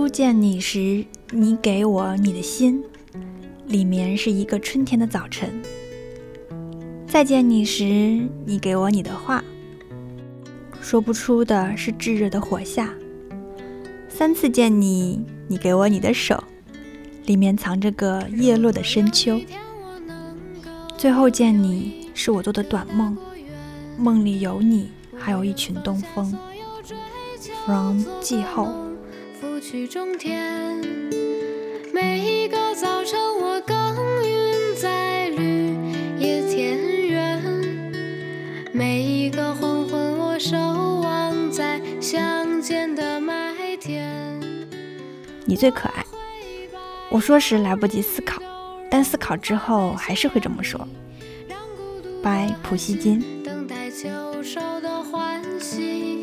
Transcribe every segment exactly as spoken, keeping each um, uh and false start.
初见你时，你给我你的心，里面是一个春天的早晨。再见你时，你给我你的话，说不出的是炙热的火下。三次见你，你给我你的手，里面藏着个叶落的深秋。最后见你，是我做的短梦，梦里有你，还有一群东风。From 季后。 拂去中天，每一个早晨我耕耘在绿野田园，每一个黄昏我守望在乡间的麦田。 你最可爱。我说时来不及思考，但思考之后还是会这么说。拜普希金。 等待秋收的欢喜。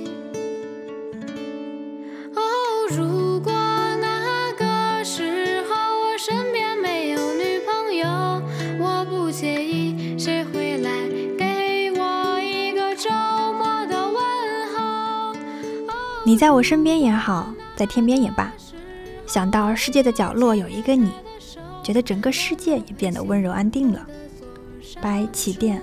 哦，如果那个时候我身边没有女朋友，我不介意谁会来给我一个周末的问候。 你在我身边也好，在天边也罢，想到世界的角落有一个你，觉得整个世界也变得温柔安定了。拜起点。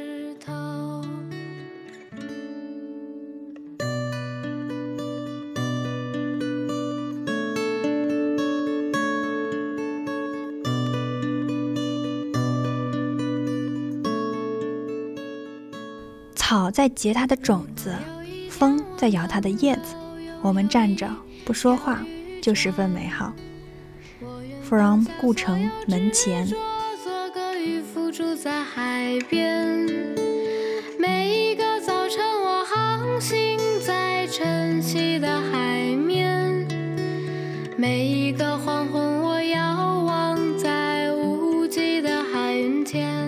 草在结它的种子，风在摇它的叶子，我们站着不说话，就十分美好。From 故城门前。 做个渔夫住在海边，每一个早晨我航行在晨曦的海面，每一个黄昏我遥望在无际的海云天。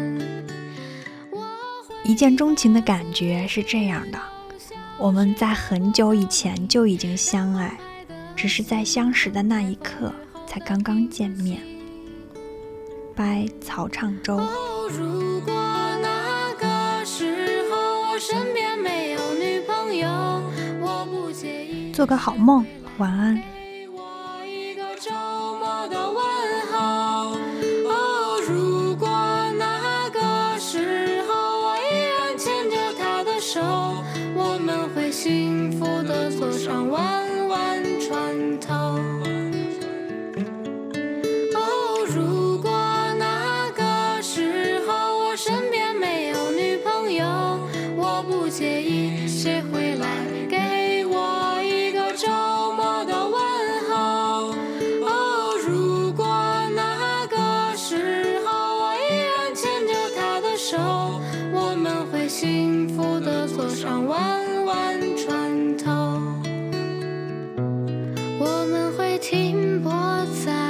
一见钟情的感觉是这样的，我们在很久以前就已经相爱，只是在相识的那一刻才刚刚见面。拜曹唱州。 哦，如果那个时候我身边没有女朋友，我不介意做个好梦，晚安。 给我一个周末的问候。哦，如果那个时候我依然牵着她的手，我们会幸福地坐上弯弯船头。哦，如果那个时候我身边没有女朋友，我不介意谁会来给我一个周末的问候。哦，如果那个时候我依然牵着她的手，我们会幸福地坐上弯弯船头。我们会停泊在